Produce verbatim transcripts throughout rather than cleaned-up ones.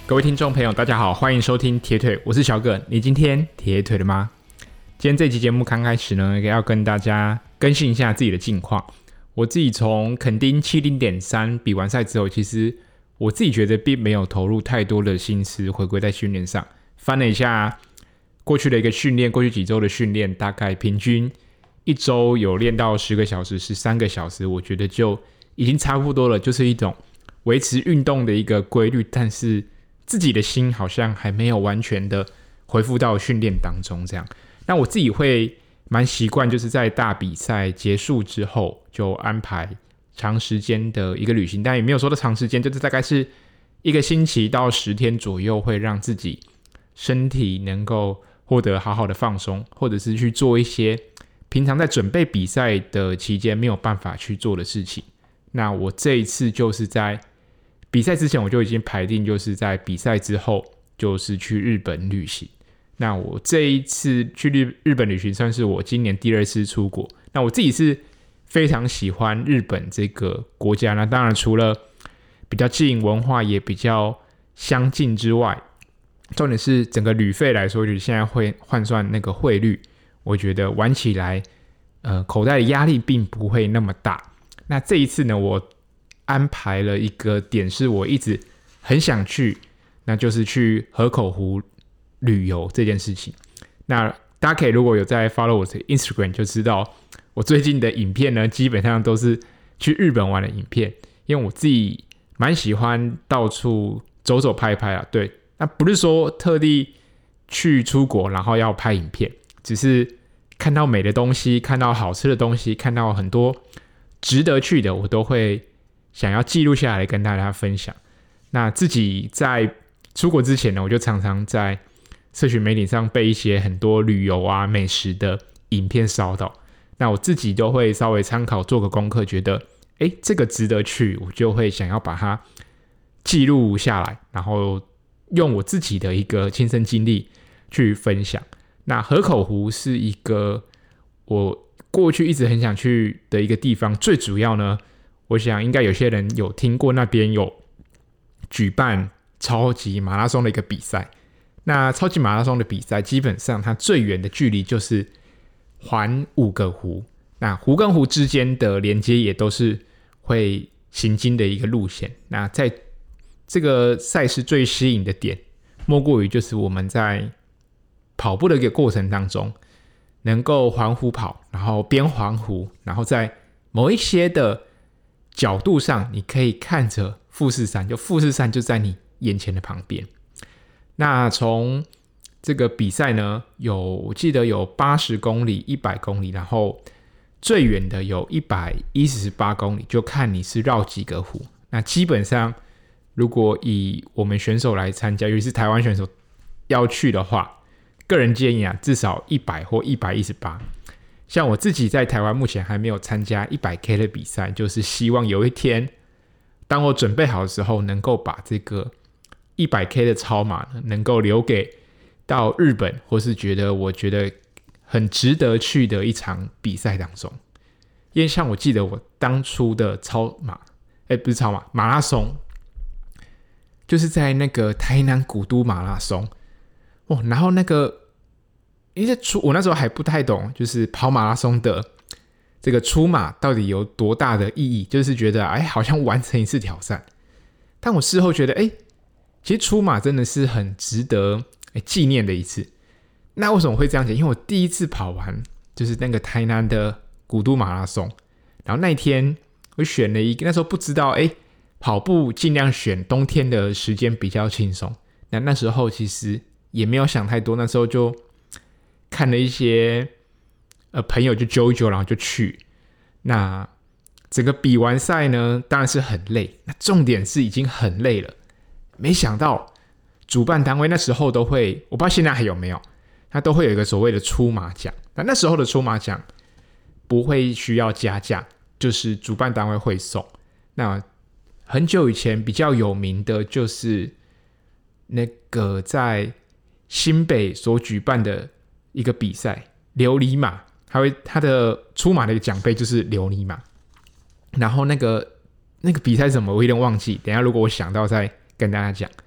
各位听众朋友大家好，欢迎收听铁腿，我是小葛。你今天铁腿了吗？今天这期节目刚开始呢，要跟大家更新一下自己的近况。我自己从垦丁 七零点三 比完赛之后，其实我自己觉得并没有投入太多的心思回归在训练上。翻了一下过去的一个训练，过去几周的训练，大概平均一周有练到十个小时、十三个小时，我觉得就已经差不多了，就是一种维持运动的一个规律，但是自己的心好像还没有完全的恢复到训练当中这样。那我自己会蛮习惯，就是在大比赛结束之后就安排长时间的一个旅行，但也没有说的长时间，就是大概是一个星期到十天左右，会让自己身体能够获得好好的放松，或者是去做一些平常在准备比赛的期间没有办法去做的事情。那我这一次就是在比赛之前我就已经排定，就是在比赛之后就是去日本旅行。那我这一次去 日, 日本旅行算是我今年第二次出国。那我自己是非常喜欢日本这个国家，那当然除了比较近，文化也比较相近之外，重点是整个旅费来说，就是现在会换算那个汇率，我觉得玩起来呃，口袋的压力并不会那么大。那这一次呢，我安排了一个点是我一直很想去，那就是去河口湖旅游这件事情。那大家可以如果有在 follow 我的 Instagram 就知道，我最近的影片呢基本上都是去日本玩的影片，因为我自己蛮喜欢到处走走拍拍啊。对，那不是说特地去出国然后要拍影片，只是看到美的东西，看到好吃的东西，看到很多值得去的，我都会想要记录下来跟大家分享。那自己在出国之前呢，我就常常在社群媒体上被一些很多旅游啊美食的影片烧到，那我自己都会稍微参考做个功课，觉得诶这个值得去，我就会想要把它记录下来，然后用我自己的一个亲身经历去分享。那河口湖是一个我过去一直很想去的一个地方，最主要呢，我想应该有些人有听过那边有举办超级马拉松的一个比赛。那超级马拉松的比赛基本上它最远的距离就是环五个湖，那湖跟湖之间的连接也都是会行经的一个路线。那在这个赛事最吸引的点莫过于就是我们在跑步的一个过程当中能够环湖跑，然后边环湖，然后在某一些的角度上你可以看着富士山，就富士山就在你眼前的旁边。那从这个比赛呢，有我记得有八十公里、一百公里，然后最远的有一百一十八公里，就看你是绕几个湖。那基本上如果以我们选手来参加，尤其是台湾选手要去的话，个人建议啊，至少一百或一百一十八。像我自己在台湾目前还没有参加 一百K 的比赛，就是希望有一天当我准备好的时候，能够把这个 一百K 的超马呢能够留给到日本，或是觉得我觉得很值得去的一场比赛当中。因为像我记得我当初的超马，哎，不是超马，马拉松，就是在那个台南古都马拉松。哦，然后那个因为我那时候还不太懂，就是跑马拉松的这个出马到底有多大的意义，就是觉得哎，好像完成一次挑战。但我事后觉得，哎，其实出马真的是很值得纪念的一次。那为什么会这样讲？因为我第一次跑完就是那个台南的古都马拉松，然后那一天我选了一个，那时候不知道，哎，跑步尽量选冬天的时间比较轻松。那那时候其实也没有想太多，那时候就看了一些呃朋友就揪一揪，然后就去。那整个比完赛呢，当然是很累。那重点是已经很累了，没想到主办单位那时候都会，我不知道现在还有没有，他都会有一个所谓的出马奖。那那时候的出马奖不会需要加价，就是主办单位会送。那很久以前比较有名的就是那个在新北所举办的一个比赛，琉璃马，他会他的出马的一个奖杯就是琉璃马。然后那个那个比赛是什么我有点忘记，等一下如果我想到再跟大家讲。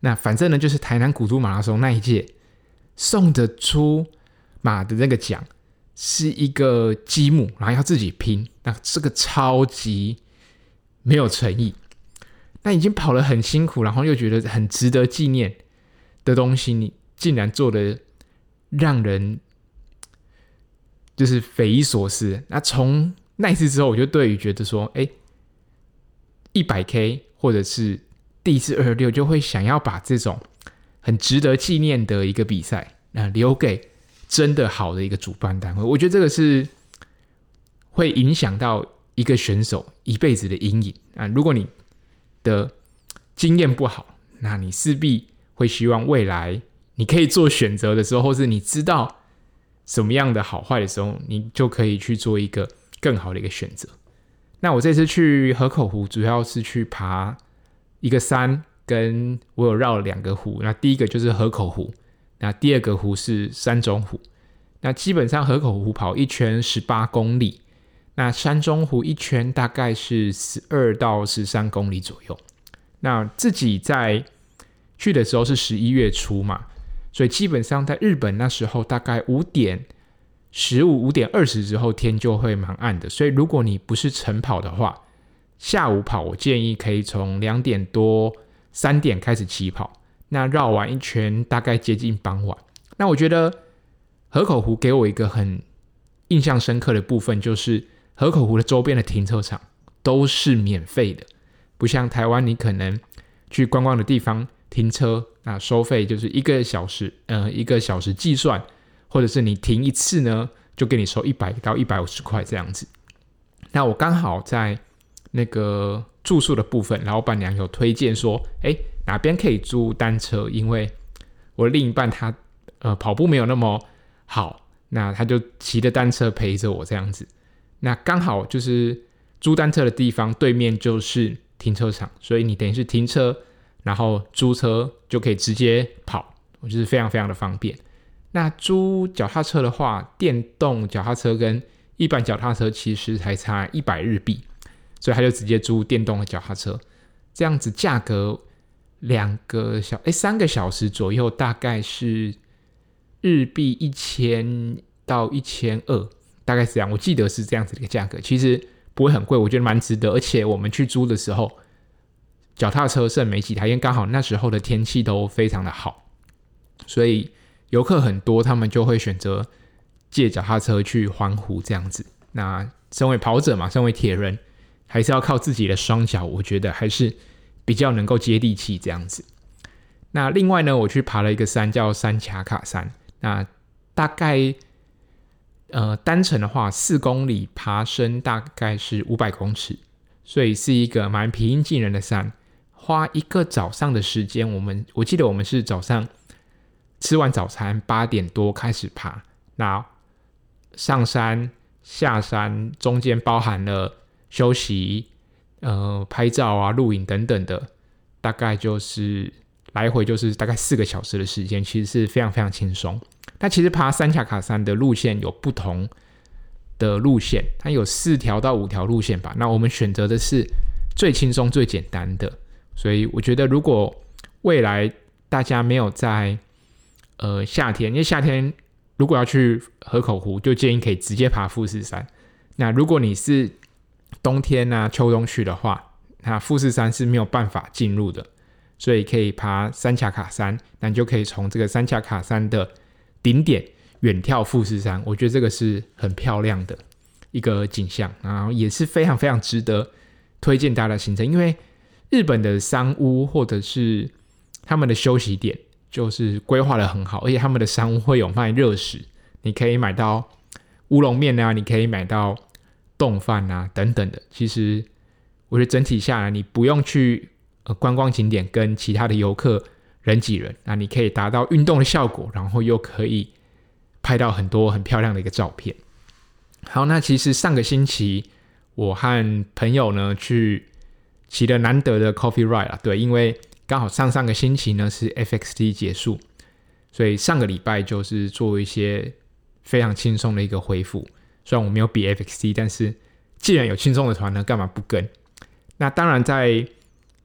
那反正呢，就是台南古都马拉松那一届送得出马的那个奖是一个积木，然后要自己拼，那这个超级没有诚意。那已经跑得很辛苦，然后又觉得很值得纪念的东西，你竟然做的让人就是匪夷所思。那从那一次之后，我就对于觉得说，哎，一百 K 或者是第一次二十六，就会想要把这种很值得纪念的一个比赛，那留给真的好的一个主办单位。我觉得这个是会影响到一个选手一辈子的阴影啊！如果你的经验不好，那你势必会希望未来你可以做选择的时候，或是你知道什么样的好坏的时候，你就可以去做一个更好的一个选择。那我这次去河口湖主要是去爬一个山，跟我有绕两个湖，那第一个就是河口湖，那第二个湖是山中湖。那基本上河口湖跑一圈十八公里，那山中湖一圈大概是十二到十三公里左右。那自己在去的时候是十一月初嘛，所以基本上在日本那时候大概五点十五、五点二十之后天就会蛮暗的，所以如果你不是晨跑的话，下午跑我建议可以从两点多、三点开始起跑，那绕完一圈大概接近傍晚。那我觉得河口湖给我一个很印象深刻的部分，就是河口湖的周边的停车场都是免费的，不像台湾你可能去观光的地方停车，那收费就是一个小时，呃，一个小时计算，或者是你停一次呢，就给你收一百到一百五十块这样子。那我刚好在那个住宿的部分，老板娘有推荐说，哎，哪边可以租单车？因为我的另一半他呃跑步没有那么好，那他就骑着单车陪着我这样子。那刚好就是租单车的地方对面就是停车场，所以你等于是停车，然后租车就可以直接跑，我就是非常非常的方便。那租脚踏车的话，电动脚踏车跟一般脚踏车其实才差一百日币，所以他就直接租电动的脚踏车，这样子价格两个小哎三个小时左右，大概是日币一千到一千二，大概是这样，我记得是这样子的一个价格，其实不会很贵，我觉得蛮值得。而且我们去租的时候，脚踏车剩没几台，因为刚好那时候的天气都非常的好，所以游客很多，他们就会选择借脚踏车去环湖这样子。那身为跑者嘛，身为铁人，还是要靠自己的双脚，我觉得还是比较能够接地气这样子。那另外呢，我去爬了一个山叫三卡卡山，那大概呃单程的话四公里，爬升大概是五百公尺，所以是一个蛮平易近人的山。花一个早上的时间，我们我记得我们是早上吃完早餐八点多开始爬，那上山下山中间包含了休息、呃拍照啊、录影等等的，大概就是来回就是大概四个小时的时间，其实是非常非常轻松。那其实爬三卡卡山的路线有不同的路线，它有四条到五条路线吧。那我们选择的是最轻松、最简单的，所以我觉得如果未来大家没有在呃夏天，因为夏天如果要去河口湖，就建议可以直接爬富士山。那如果你是冬天啊、秋冬去的话，那富士山是没有办法进入的，所以可以爬三卡卡山，那你就可以从这个三卡卡山的顶点远眺富士山，我觉得这个是很漂亮的一个景象，然后也是非常非常值得推荐大家的行程。因为日本的山屋或者是他们的休息点就是规划得很好，而且他们的山屋会有卖热食，你可以买到乌龙面啊，你可以买到冻饭啊等等的。其实我觉得整体下来，你不用去、呃、观光景点跟其他的游客人挤人，那你可以达到运动的效果，然后又可以拍到很多很漂亮的一个照片。好，那其实上个星期我和朋友呢去骑了难得的 Coffee Ride 啦，对，因为刚好上上个星期呢是 F X T 结束，所以上个礼拜就是做一些非常轻松的一个恢复。虽然我没有比 F X T， 但是既然有轻松的团呢，干嘛不跟？那当然在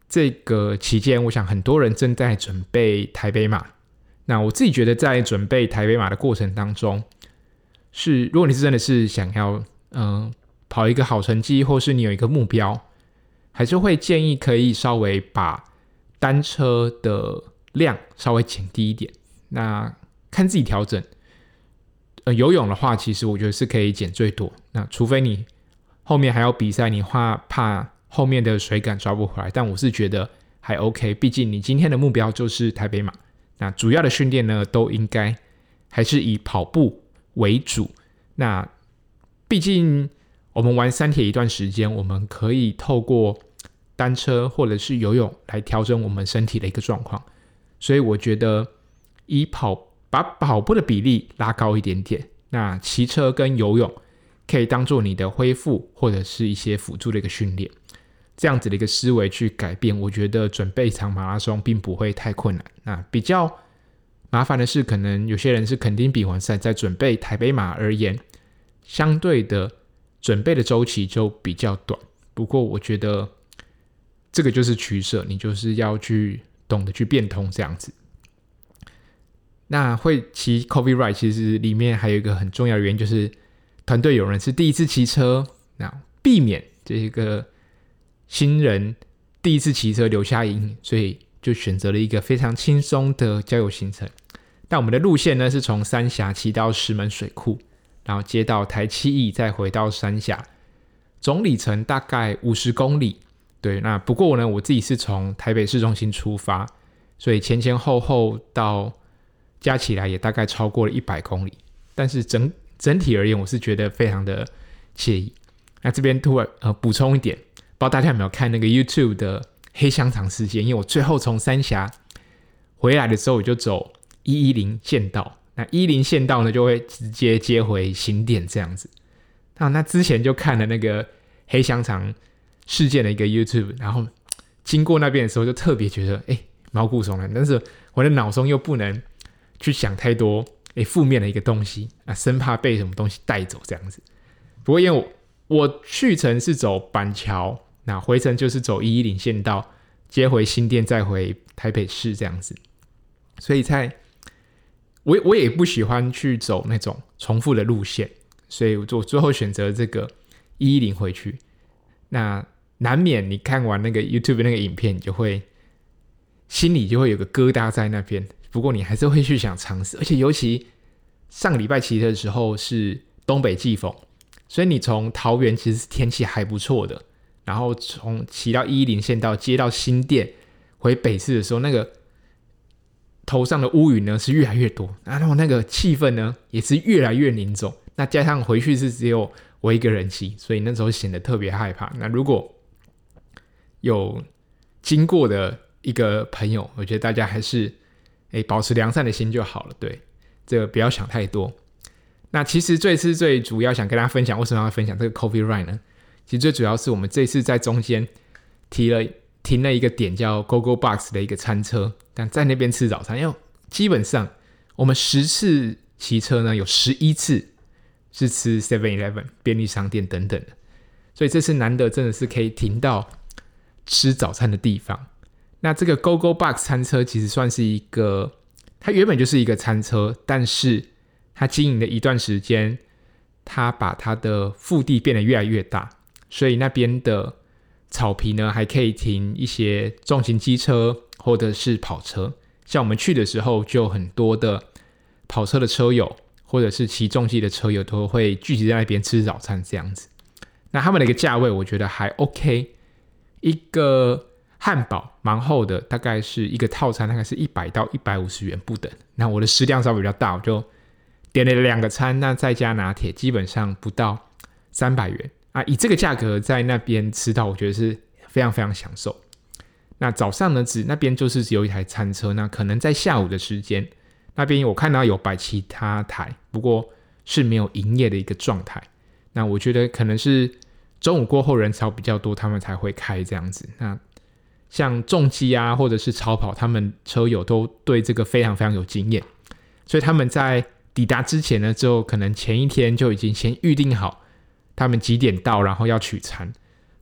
这个期间我想很多人正在准备台北马。那我自己觉得在准备台北马的过程当中，是如果你是真的是想要嗯跑一个好成绩，或是你有一个目标，还是会建议可以稍微把单车的量稍微减低一点，那看自己调整。呃，游泳的话其实我觉得是可以减最多，那除非你后面还要比赛，你怕怕后面的水感抓不回来，但我是觉得还 OK， 毕竟你今天的目标就是台北马，那主要的训练呢都应该还是以跑步为主。那毕竟我们玩三铁一段时间，我们可以透过单车或者是游泳来调整我们身体的一个状况，所以我觉得以跑把跑步的比例拉高一点点，那骑车跟游泳可以当做你的恢复或者是一些辅助的一个训练，这样子的一个思维去改变，我觉得准备一场马拉松并不会太困难。那比较麻烦的是，可能有些人是垦丁比完赛，在准备台北马而言，相对的准备的周期就比较短。不过我觉得这个就是取舍，你就是要去懂得去变通这样子。那会骑 Coffee Ride 其实里面还有一个很重要的原因，就是团队有人是第一次骑车，那避免这个新人第一次骑车留下阴影，所以就选择了一个非常轻松的郊游行程。但我们的路线呢是从三峡骑到石门水库，然后接到台七义，再回到三峡，总里程大概五十公里。对，那不过呢我自己是从台北市中心出发，所以前前后后到加起来也大概超过了一百公里，但是 整, 整体而言我是觉得非常的惬意。那这边突然呃补充一点，不知道大家有没有看那个 YouTube 的黑香肠事件，因为我最后从三峡回来的时候我就走一一零县道，那一一零县道呢就会直接接回新店这样子。那那之前就看了那个黑香肠事件的一个 YouTube， 然后经过那边的时候就特别觉得哎毛骨悚然，但是我的脑中又不能去想太多诶负面的一个东西啊，生怕被什么东西带走这样子。不过因为我我去程是走板桥，那回程就是走一一零县道接回新店再回台北市这样子，所以在我我也不喜欢去走那种重复的路线，所以我最后选择这个一一零回去。那难免你看完那个 YouTube 那个影片，你就会心里就会有个疙瘩在那边，不过你还是会去想尝试，而且尤其上个礼拜骑的时候是东北季风，所以你从桃园其实天气还不错的，然后从骑到一一零县道接到新店回北市的时候，那个头上的乌云呢是越来越多，然后那个气氛呢也是越来越凝重，那加上回去是只有我一个人骑，所以那时候显得特别害怕。那如果有经过的一个朋友，我觉得大家还是诶保持良善的心就好了，对，这个不要想太多。那其实这次最主要想跟大家分享，为什么要分享这个 Coffee Ride 呢？其实最主要是我们这次在中间提了停了一个点叫 GoGoBox 的一个餐车，但在那边吃早餐，因为基本上我们十次骑车呢，有十一次是吃 seven eleven 便利商店等等的，所以这次难得真的是可以停到吃早餐的地方。那这个 GoGoBox 餐车其实算是一个，它原本就是一个餐车，但是它经营了一段时间，它把它的腹地变得越来越大，所以那边的草皮呢还可以停一些重型机车或者是跑车，像我们去的时候就很多的跑车的车友或者是骑重机的车友都会聚集在那边吃早餐这样子。那他们的一个价位我觉得还 OK， 一个汉堡蛮厚的，大概是一个套餐大概是一百到一百五十元不等。那我的食量稍微比较大，我就点了两个餐，那再加拿铁，基本上不到三百元啊。以这个价格在那边吃到，我觉得是非常非常享受。那早上呢，只那边就是只有一台餐车，那可能在下午的时间，那边我看到有摆其他台，不过是没有营业的一个状态。那我觉得可能是中午过后人潮比较多，他们才会开这样子。那像重机啊，或者是超跑，他们车友都对这个非常非常有经验，所以他们在抵达之前呢，就可能前一天就已经先预定好他们几点到，然后要取餐。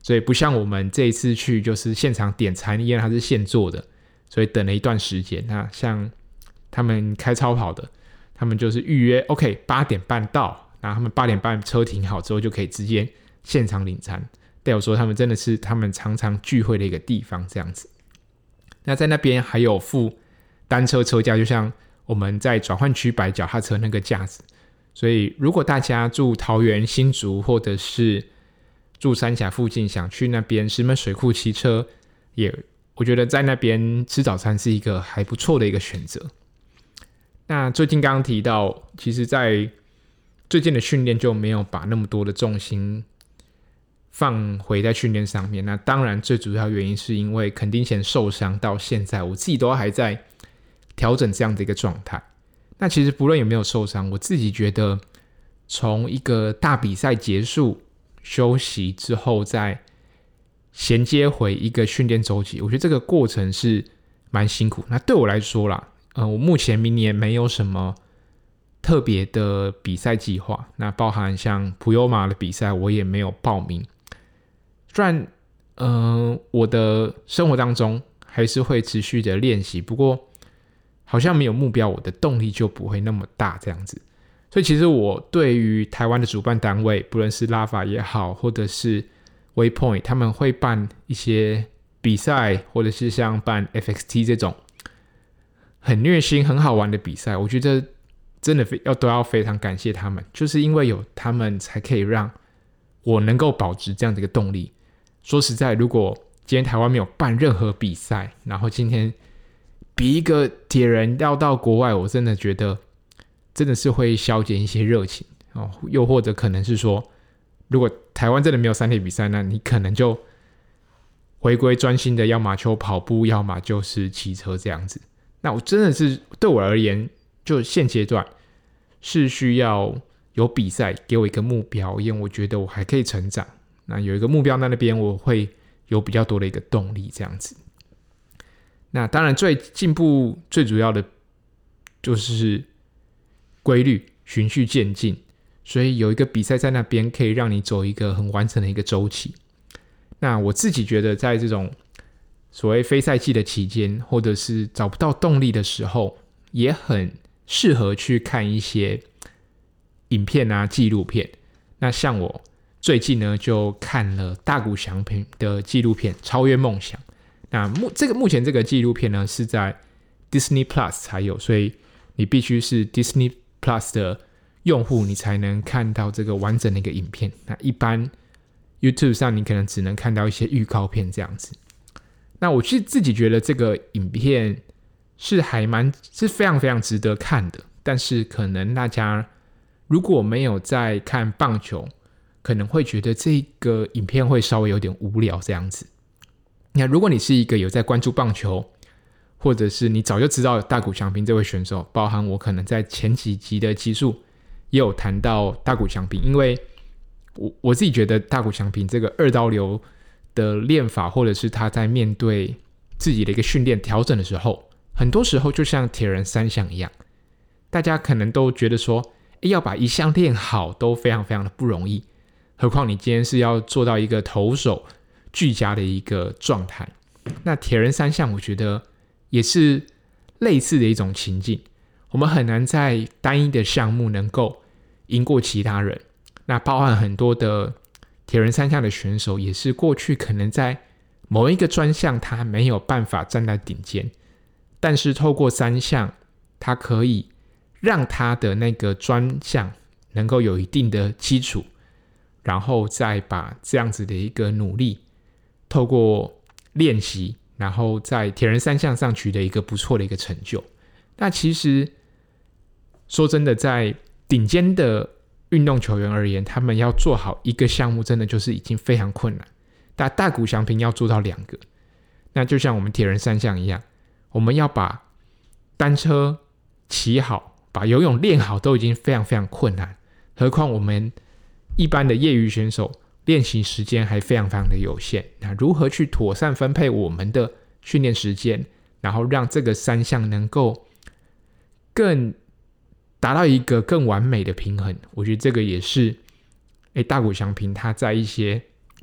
所以不像我们这一次去就是现场点餐，因为它是现做的，所以等了一段时间。那像他们开超跑的，他们就是预约 OK 八点半到，然后他们八点半车停好之后就可以直接现场领餐，代表说他们真的是他们常常聚会的一个地方这样子。那在那边还有附单车车架，就像我们在转换区摆脚踏车那个架子，所以如果大家住桃园新竹或者是住三峡附近想去那边石门水库骑车，也我觉得在那边吃早餐是一个还不错的一个选择。那最近刚刚提到，其实在最近的训练就没有把那么多的重心放回在训练上面。那当然最主要原因是因为垦丁前受伤到现在，我自己都还在调整这样的一个状态。那其实不论有没有受伤，我自己觉得从一个大比赛结束休息之后再衔接回一个训练周期，我觉得这个过程是蛮辛苦。那对我来说啦，呃，我目前明年没有什么特别的比赛计划，那包含像普悠玛的比赛我也没有报名。虽然呃，我的生活当中还是会持续的练习，不过好像没有目标，我的动力就不会那么大这样子。所以其实我对于台湾的主办单位，不论是拉法也好，或者是 Waypoint， 他们会办一些比赛，或者是像办 F X T 这种很虐心很好玩的比赛，我觉得真的要都要非常感谢他们，就是因为有他们才可以让我能够保持这样的一个动力。说实在，如果今天台湾没有办任何比赛，然后今天比一个铁人要到国外，我真的觉得真的是会消减一些热情、哦、又或者可能是说，如果台湾真的没有三铁比赛，那你可能就回归专心的，要么就跑步，要么就是骑车这样子。那我真的是对我而言，就现阶段是需要有比赛给我一个目标，因为我觉得我还可以成长。那有一个目标在那边，我会有比较多的一个动力这样子。那当然最进步最主要的就是规律循序渐进，所以有一个比赛在那边可以让你走一个很完整的一个周期。那我自己觉得在这种所谓非赛季的期间，或者是找不到动力的时候，也很适合去看一些影片啊纪录片。那像我最近呢就看了大谷翔平的纪录片《超越梦想》。那目这个目前这个纪录片呢是在 Disney Plus 才有，所以你必须是 Disney Plus 的用户，你才能看到这个完整的一个影片。那一般 YouTube 上你可能只能看到一些预告片这样子。那我是自己觉得这个影片是还蛮是非常非常值得看的，但是可能大家如果没有在看棒球，可能会觉得这个影片会稍微有点无聊这样子。那如果你是一个有在关注棒球，或者是你早就知道大谷翔平这位选手，包含我可能在前几集的集数也有谈到大谷翔平，因为 我, 我自己觉得大谷翔平这个二刀流的练法，或者是他在面对自己的一个训练调整的时候，很多时候就像铁人三项一样，大家可能都觉得说要把一项练好都非常非常的不容易，何况你今天是要做到一个投手俱佳的一个状态。那铁人三项我觉得也是类似的一种情境，我们很难在单一的项目能够赢过其他人。那包含很多的铁人三项的选手，也是过去可能在某一个专项他没有办法站在顶尖，但是透过三项，他可以让他的那个专项能够有一定的基础，然后再把这样子的一个努力透过练习，然后在铁人三项上取得一个不错的一个成就。那其实说真的，在顶尖的运动球员而言，他们要做好一个项目真的就是已经非常困难，但大谷翔平要做到两个。那就像我们铁人三项一样，我们要把单车骑好，把游泳练好都已经非常非常困难，何况我们一般的业余选手练习时间还非常非常的有限。那如何去妥善分配我们的训练时间，然后让这个三项能够更达到一个更完美的平衡，我觉得这个也是诶大谷翔平他在一些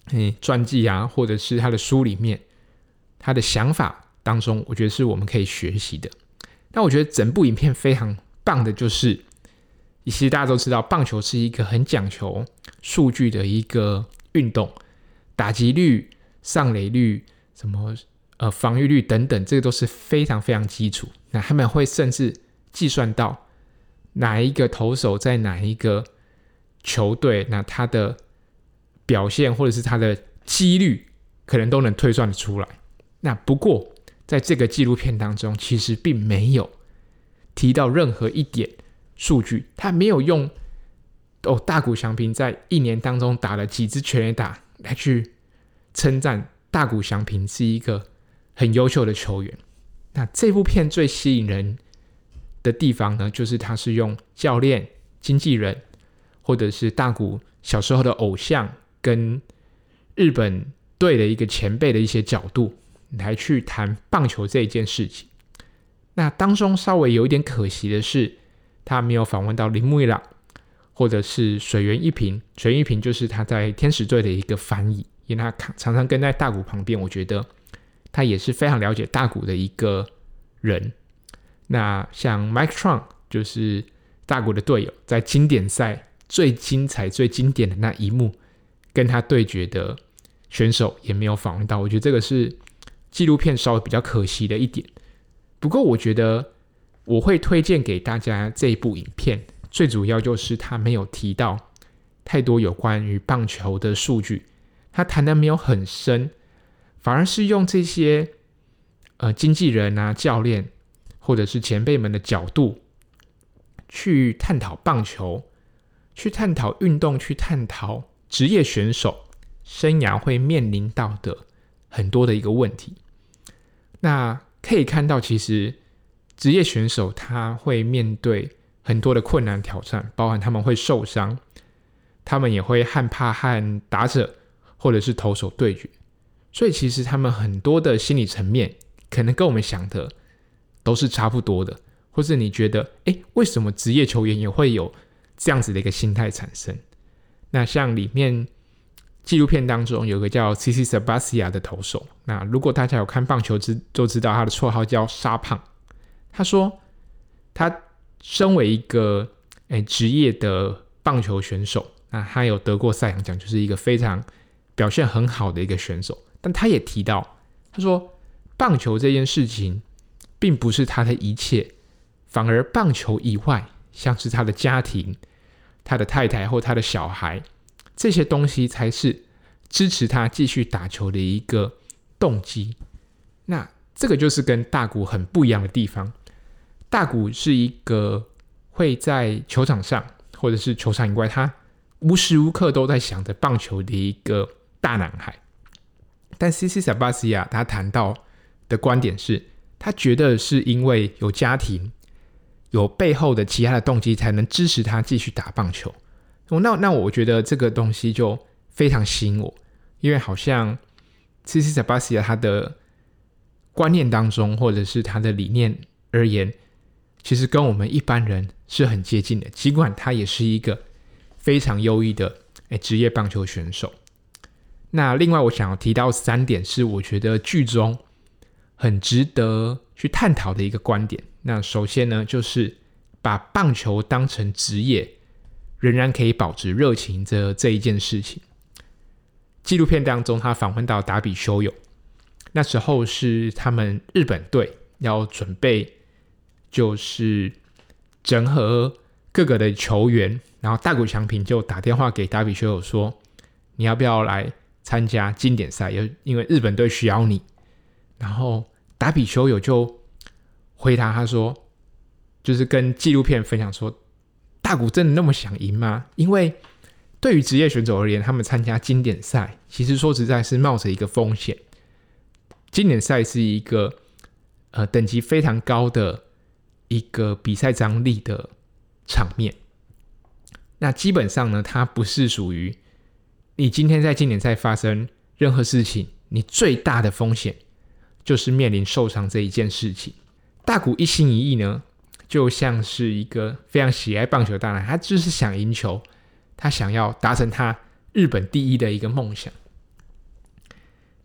诶传记啊，或者是他的书里面，他的想法当中，我觉得是我们可以学习的。那我觉得整部影片非常棒的就是，其实大家都知道，棒球是一个很讲求数据的一个运动，打击率、上垒率、什么呃防御率等等，这个都是非常非常基础。那他们会甚至计算到哪一个投手在哪一个球队，那他的表现或者是他的几率，可能都能推算得出来。那不过在这个纪录片当中，其实并没有提到任何一点数据，他没有用哦大谷翔平在一年当中打了几支全垒打来去称赞大谷翔平是一个很优秀的球员。那这部片最吸引人的地方呢，就是他是用教练、经纪人，或者是大谷小时候的偶像跟日本队的一个前辈的一些角度来去谈棒球这一件事情。那当中稍微有一点可惜的是，他没有访问到铃木一朗或者是水原一平。水原一平就是他在天使队的一个翻译，因为他常常跟在大谷旁边，我觉得他也是非常了解大谷的一个人。那像 Mike Trout 就是大谷的队友，在经典赛最精彩最经典的那一幕跟他对决的选手也没有访问到，我觉得这个是纪录片稍微比较可惜的一点。不过我觉得我会推荐给大家这一部影片，最主要就是他没有提到太多有关于棒球的数据，他谈的没有很深，反而是用这些呃经纪人啊、教练或者是前辈们的角度去探讨棒球，去探讨运动，去探讨职业选手生涯会面临到的很多的一个问题。那可以看到，其实职业选手他会面对很多的困难挑战，包含他们会受伤，他们也会害怕和打者或者是投手对决，所以其实他们很多的心理层面可能跟我们想的都是差不多的，或是你觉得诶为什么职业球员也会有这样子的一个心态产生。那像里面纪录片当中有个叫 C C Sabathia 的投手，那如果大家有看棒球就知道他的绰号叫沙胖。他说他身为一个职业的棒球选手，那他有得过赛扬奖，就是一个非常表现很好的一个选手。但他也提到，他说棒球这件事情并不是他的一切，反而棒球以外，像是他的家庭、他的太太或他的小孩，这些东西才是支持他继续打球的一个动机。那这个就是跟大谷很不一样的地方。大谷是一个会在球场上或者是球场以外，他无时无刻都在想着棒球的一个大男孩。但 C C Sabathia 他谈到的观点是，他觉得是因为有家庭，有背后的其他的动机，才能支持他继续打棒球。那, 那我觉得这个东西就非常吸引我，因为好像 C C Sabathia 他的观念当中，或者是他的理念而言，其实跟我们一般人是很接近的，尽管他也是一个非常优异的职业棒球选手。那另外我想要提到三点是我觉得剧中很值得去探讨的一个观点。那首先呢，就是把棒球当成职业仍然可以保持热情这这一件事情。纪录片当中他访问到达比修有，那时候是他们日本队要准备就是整合各个的球员，然后大谷翔平就打电话给达比修有说，你要不要来参加经典赛，因为日本队需要你。然后达比修有就回答他说，就是跟纪录片分享说，大谷真的那么想赢吗？因为对于职业选手而言，他们参加经典赛其实说实在是冒着一个风险。经典赛是一个呃等级非常高的一个比赛张力的场面。那基本上呢，它不是属于你今天在经典赛发生任何事情，你最大的风险就是面临受伤这一件事情。大谷一心一意呢，就像是一个非常喜爱棒球的大男孩，他就是想赢球，他想要达成他日本第一的一个梦想。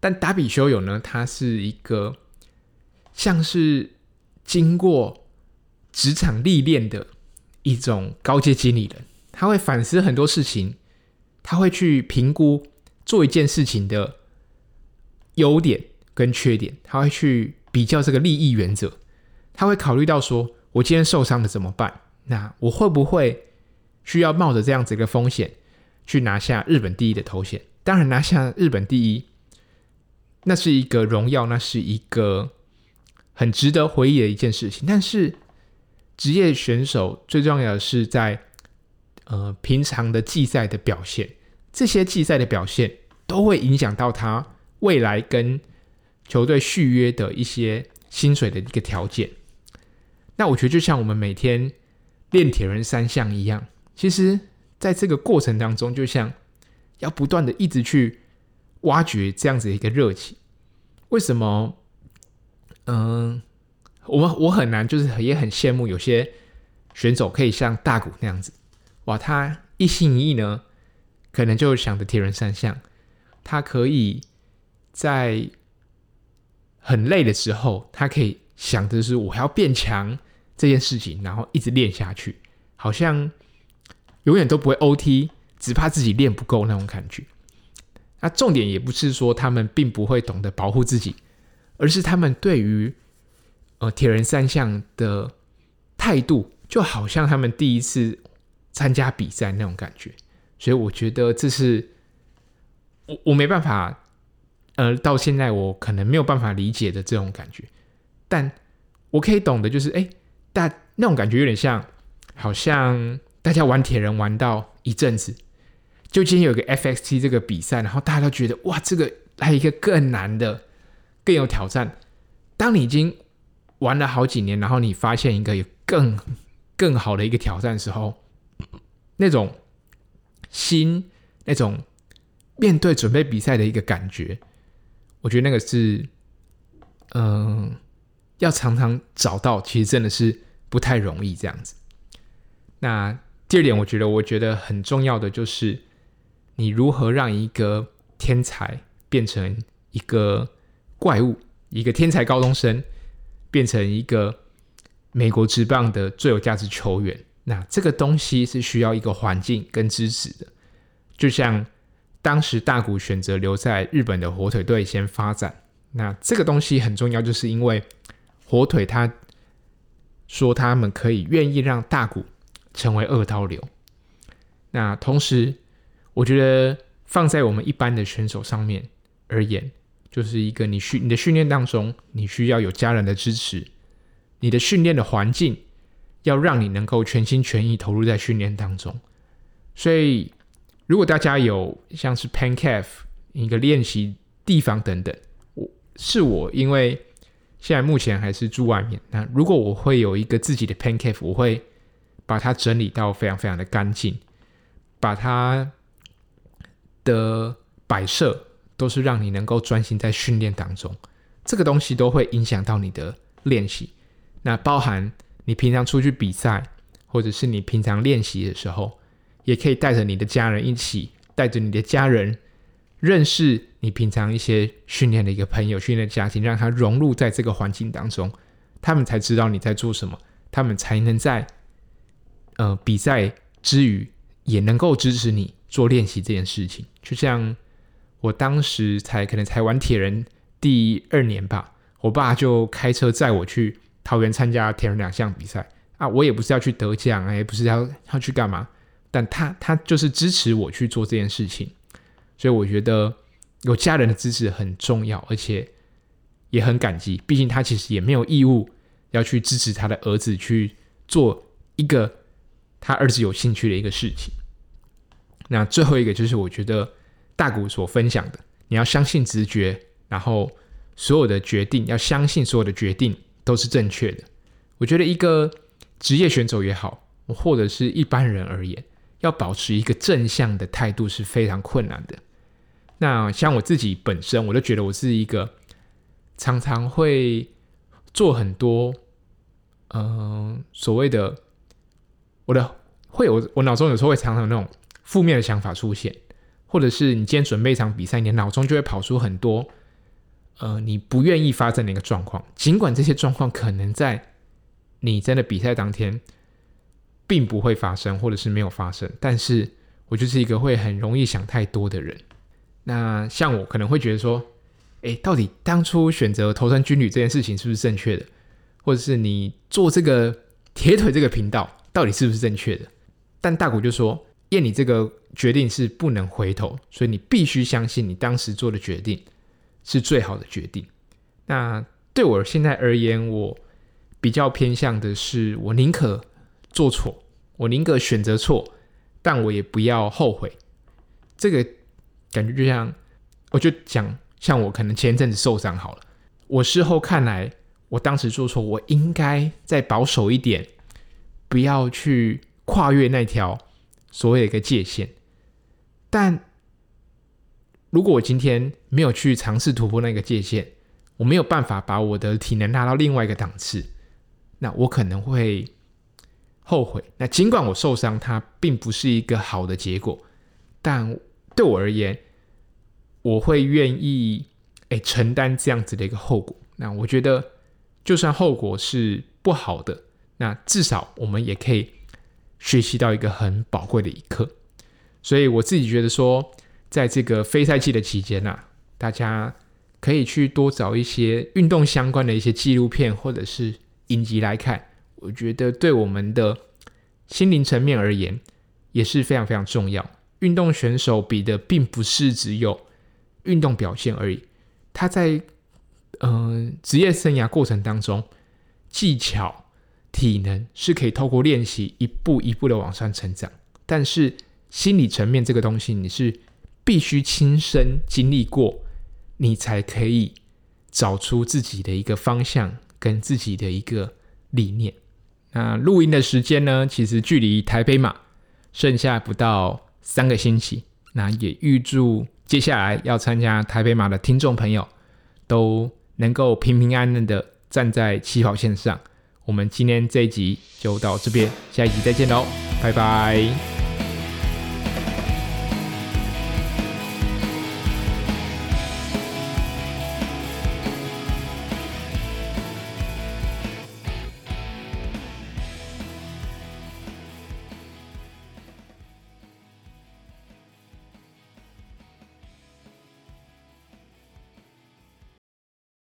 但达比修有呢，他是一个像是经过职场历练的一种高阶经理人，他会反思很多事情，他会去评估做一件事情的优点跟缺点，他会去比较这个利益原则，他会考虑到说我今天受伤了怎么办，那我会不会需要冒着这样子一个风险去拿下日本第一的头衔。当然拿下日本第一那是一个荣耀，那是一个很值得回忆的一件事情，但是职业选手最重要的是在呃平常的季赛的表现，这些季赛的表现都会影响到他未来跟球队续约的一些薪水的一个条件。那我觉得就像我们每天练铁人三项一样，其实在这个过程当中，就像要不断的一直去挖掘这样子的一个热情。为什么嗯，我们我很难，就是也很羡慕有些选手可以像大谷那样子，哇，他一心一意呢，可能就想着铁人三项，他可以在很累的时候，他可以想的是我还要变强这件事情，然后一直练下去，好像永远都不会 O T， 只怕自己练不够那种感觉。那重点也不是说他们并不会懂得保护自己，而是他们对于呃铁人三项的态度，就好像他们第一次参加比赛那种感觉。所以我觉得这是 我, 我没办法，呃，到现在我可能没有办法理解的这种感觉。但我可以懂的就是，哎，大那种感觉有点像，好像大家玩铁人玩到一阵子。就今天有一个 F X T 这个比赛，然后大家都觉得哇，这个来一个更难的、更有挑战。当你已经玩了好几年，然后你发现一个有更更好的一个挑战的时候，那种心、那种面对准备比赛的一个感觉，我觉得那个是，嗯、呃，要常常找到，其实真的是不太容易这样子。那第二点，我觉得我觉得很重要的就是，你如何让一个天才变成一个怪物，一个天才高中生变成一个美国职棒的最有价值球员。那这个东西是需要一个环境跟支持的。就像当时大谷选择留在日本的火腿队先发展，那这个东西很重要，就是因为火腿他说他们可以愿意让大谷成为二刀流。那同时我觉得放在我们一般的选手上面而言，就是一个 你, 你的训练当中，你需要有家人的支持，你的训练的环境要让你能够全心全意投入在训练当中。所以如果大家有像是 Pancave 一个练习地方等等，我是我因为现在目前还是住外面，那如果我会有一个自己的 Pancave， 我会把它整理到非常非常的干净，把它的摆设都是让你能够专心在训练当中，这个东西都会影响到你的练习。那包含你平常出去比赛，或者是你平常练习的时候，也可以带着你的家人一起，带着你的家人认识你平常一些训练的一个朋友、训练的家庭，让他融入在这个环境当中，他们才知道你在做什么，他们才能在呃比赛之余也能够支持你做练习这件事情。就像我当时才可能才玩铁人第二年吧，我爸就开车载我去桃园参加铁人两项比赛啊，我也不是要去得奖，也不是 要, 要去干嘛，但他他就是支持我去做这件事情。所以我觉得有家人的支持很重要，而且也很感激，毕竟他其实也没有义务要去支持他的儿子去做一个他儿子有兴趣的一个事情。那最后一个就是我觉得大谷所分享的，你要相信直觉，然后所有的决定要相信所有的决定都是正确的。我觉得一个职业选手也好，或者是一般人而言，要保持一个正向的态度是非常困难的。那像我自己本身，我就觉得我是一个常常会做很多呃所谓的我的会有我脑中有时候会常常有那种负面的想法出现，或者是你今天准备一场比赛，你的脑中就会跑出很多呃你不愿意发生的一个状况，尽管这些状况可能在你真的比赛当天并不会发生，或者是没有发生，但是我就是一个会很容易想太多的人。那像我可能会觉得说，诶，到底当初选择投身军旅这件事情是不是正确的，或者是你做这个铁腿这个频道到底是不是正确的。但大谷就说，因为你这个决定是不能回头，所以你必须相信你当时做的决定是最好的决定。那对我现在而言，我比较偏向的是，我宁可做错，我宁可选择错，但我也不要后悔。这个感觉就像，我就讲像我可能前一阵子受伤好了，我事后看来，我当时做错，我应该再保守一点，不要去跨越那条所谓的一个界限。但如果我今天没有去尝试突破那个界限，我没有办法把我的体能拉到另外一个档次，那我可能会后悔。那尽管我受伤，它并不是一个好的结果，但对我而言，我会愿意诶承担这样子的一个后果。那我觉得，就算后果是不好的，那至少我们也可以学习到一个很宝贵的一课。所以我自己觉得说，在这个非赛季的期间啊，大家可以去多找一些运动相关的一些纪录片或者是影集来看，我觉得对我们的心灵层面而言也是非常非常重要。运动选手比的并不是只有运动表现而已，他在呃职业生涯过程当中，技巧、体能是可以透过练习一步一步的往上成长，但是心理层面这个东西，你是必须亲身经历过，你才可以找出自己的一个方向跟自己的一个理念。那录音的时间呢，其实距离台北马剩下不到三个星期，那也预祝接下来要参加台北马的听众朋友都能够平平安安的站在起跑线上。我们今天这一集就到这边，下一集再见喽，拜拜。